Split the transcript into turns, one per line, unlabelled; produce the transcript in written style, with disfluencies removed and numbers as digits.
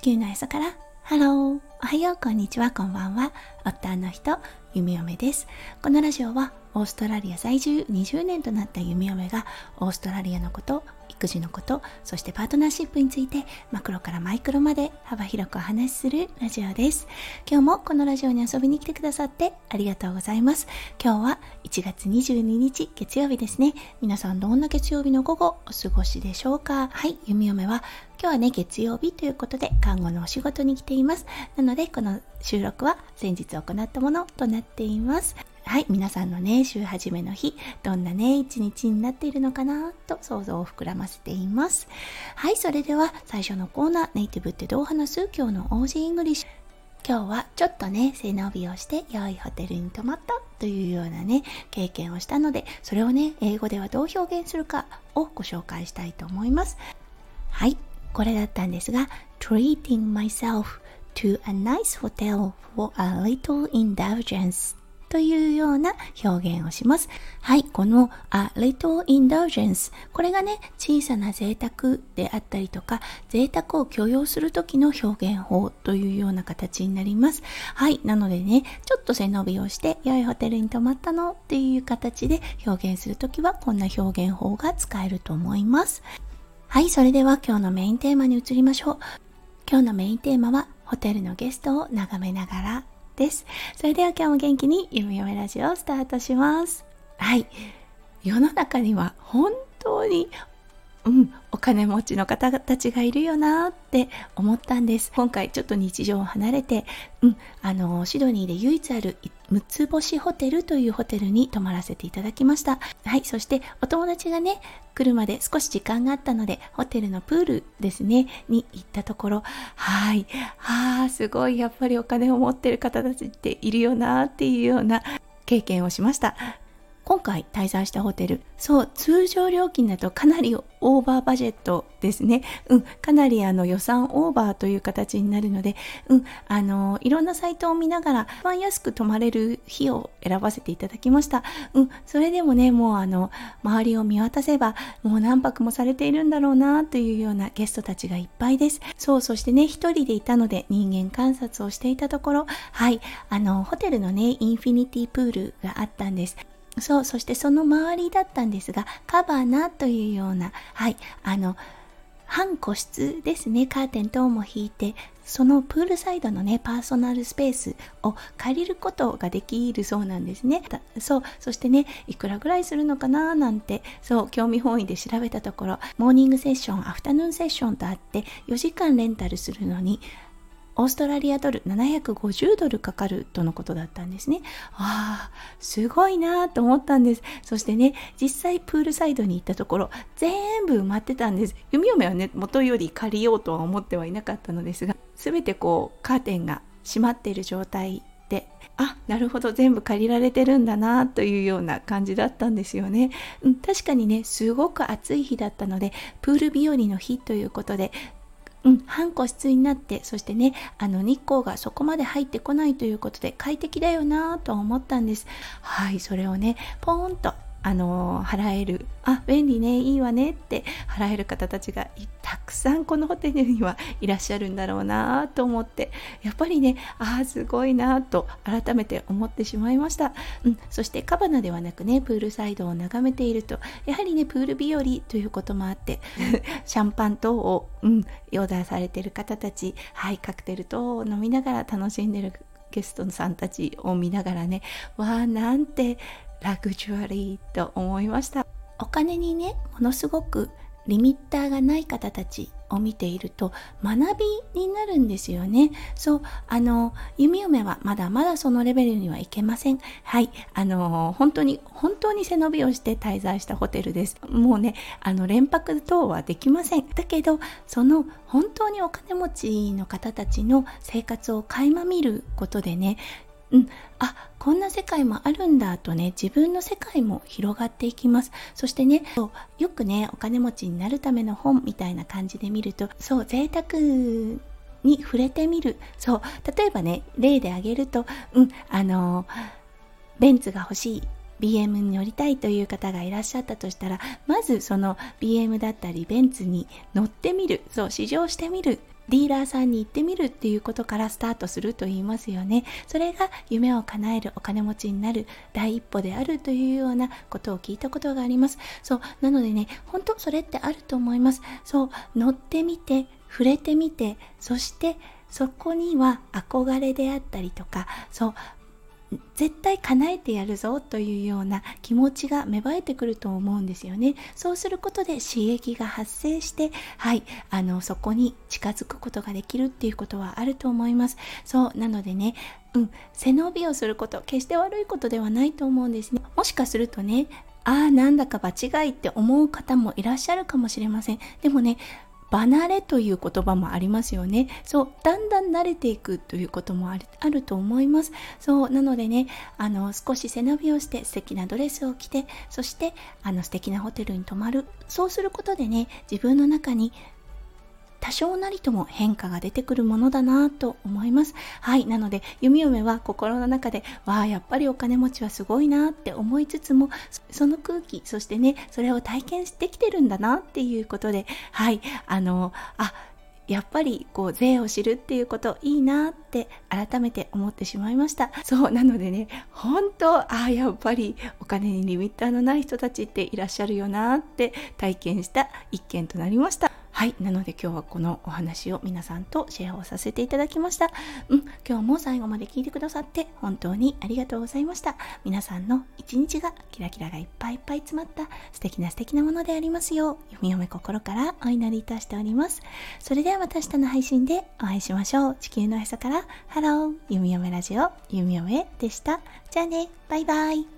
球の朝からハロー、おはよう、こんにちは、こんばんは。夫の人、弓嫁です。このラジオはオーストラリア在住20年となった弓嫁がオーストラリアのこと、育児のこと、そしてパートナーシップについてマクロからマイクロまで幅広くお話しするラジオです。今日もこのラジオに遊びに来てくださってありがとうございます。今日は1月22日月曜日ですね。皆さんどんな月曜日の午後お過ごしでしょうか？はい、弓嫁は今日はね月曜日ということで看護のお仕事に来ています。なのでこの収録は先日行ったものとなっています。はい、皆さんのね週始めの日どんなね一日になっているのかなと想像を膨らませています。はい、それでは最初のコーナー、ネイティブってどう話す？今日の OG イングリッシュ。今日はちょっとね背伸びをして良いホテルに泊まったというようなね経験をしたので、それをね英語ではどう表現するかをご紹介したいと思います。はい、これだったんですが、 Treating myself to a nice hotel for a little indulgenceというような表現をします。はい、この a little indulgence、 これがね小さな贅沢であったりとか贅沢を許容する時の表現法というような形になります。はい、なのでねちょっと背伸びをして良いホテルに泊まったのっていう形で表現するときはこんな表現法が使えると思います。はい、それでは今日のメインテーマに移りましょう。今日のメインテーマはホテルのゲストを眺めながらです。それでは今日も元気に弓嫁ラジオをスタートします。はい、世の中には本当にお金持ちの方たちがいるよなって思ったんです。今回ちょっと日常を離れて、シドニーで唯一ある6つ星ホテルというホテルに泊まらせていただきました。はい、そしてお友達がね来るまで少し時間があったのでホテルのプールですねに行ったところ、はい、すごいやっぱりお金を持ってる方たちっているよなっていうような経験をしました。今回滞在したホテル、そう通常料金だとかなりオーバーバジェットですね。かなり予算オーバーという形になるので、いろんなサイトを見ながら一番安く泊まれる日を選ばせていただきました。それでもねもう周りを見渡せばもう何泊もされているんだろうなというようなゲストたちがいっぱいです。そしてね一人でいたので人間観察をしていたところ、はい、ホテルのねインフィニティプールがあったんです。そしてその周りだったんですが、カバナというような、はい、半個室ですね、カーテン等も引いて、そのプールサイドのねパーソナルスペースを借りることができるそうなんですね。そしてねいくらぐらいするのかななんて興味本位で調べたところ、モーニングセッション、アフタヌーンセッションとあって4時間レンタルするのにオーストラリアドル750ドルかかるとのことだったんですね。すごいなと思ったんです。そしてね実際プールサイドに行ったところ全部埋まってたんです。弓嫁はね元より借りようとは思ってはいなかったのですが、全てカーテンが閉まっている状態で、なるほど全部借りられてるんだなというような感じだったんですよね。確かにねすごく暑い日だったのでプール日和の日ということで半個室になって、そしてね日光がそこまで入ってこないということで快適だよなと思ったんです。はい、それをねポーンと払える、便利ね、いいわねって払える方たちがたくさんこのホテルにはいらっしゃるんだろうなと思って、やっぱりねすごいなと改めて思ってしまいました。そしてカバナではなくねプールサイドを眺めているとやはりねプール日和ということもあってシャンパン等をオーダーされている方たち、はい、カクテル等を飲みながら楽しんでいるゲストさんたちを見ながらね、なんてラグジュアリーと思いました。お金にねものすごくリミッターがない方たちを見ていると学びになるんですよね。弓嫁はまだまだそのレベルにはいけません。はい、本当に背伸びをして滞在したホテルです。もうね連泊等はできません。だけどその本当にお金持ちの方たちの生活を垣間見ることでね、こんな世界もあるんだとね自分の世界も広がっていきます。そしてねよくねお金持ちになるための本みたいな感じで見ると贅沢に触れてみる。例えばね例で挙げるとベンツが欲しいBM に乗りたいという方がいらっしゃったとしたら、まずその BM だったりベンツに乗ってみる、試乗してみるディーラーさんに行ってみるっていうことからスタートすると言いますよね。それが夢を叶える、お金持ちになる第一歩であるというようなことを聞いたことがあります。そうなのでね、本当それってあると思います。そう乗ってみて、触れてみて、そしてそこには憧れであったりとか、そう絶対叶えてやるぞというような気持ちが芽生えてくると思うんですよね。そうすることで刺激が発生して、そこに近づくことができるっていうことはあると思います。そうなのでね、背伸びをすること決して悪いことではないと思うんですね。もしかするとね、なんだか場違いって思う方もいらっしゃるかもしれません。でもね、離れという言葉もありますよね。そうだんだん慣れていくということもあると思います。そうなのでね、少し背伸びをして素敵なドレスを着て、そして素敵なホテルに泊まる。そうすることでね、自分の中に多少なりとも変化が出てくるものだなと思います。なので弓嫁は心の中でやっぱりお金持ちはすごいなって思いつつも、その空気、そしてね、それを体験できてるんだなっていうことで、やっぱり税を知るっていうこといいなって改めて思ってしまいました。そうなのでね、本当やっぱりお金にリミッターのない人たちっていらっしゃるよなって体験した一件となりました。なので今日はこのお話を皆さんとシェアをさせていただきました。今日も最後まで聞いてくださって本当にありがとうございました。皆さんの一日がキラキラがいっぱいいっぱい詰まった素敵なものでありますよう、弓嫁心からお祈りいたしております。それではまた明日の配信でお会いしましょう。地球のへそからハロー、弓嫁ラジオ弓嫁でした。じゃあね、バイバイ。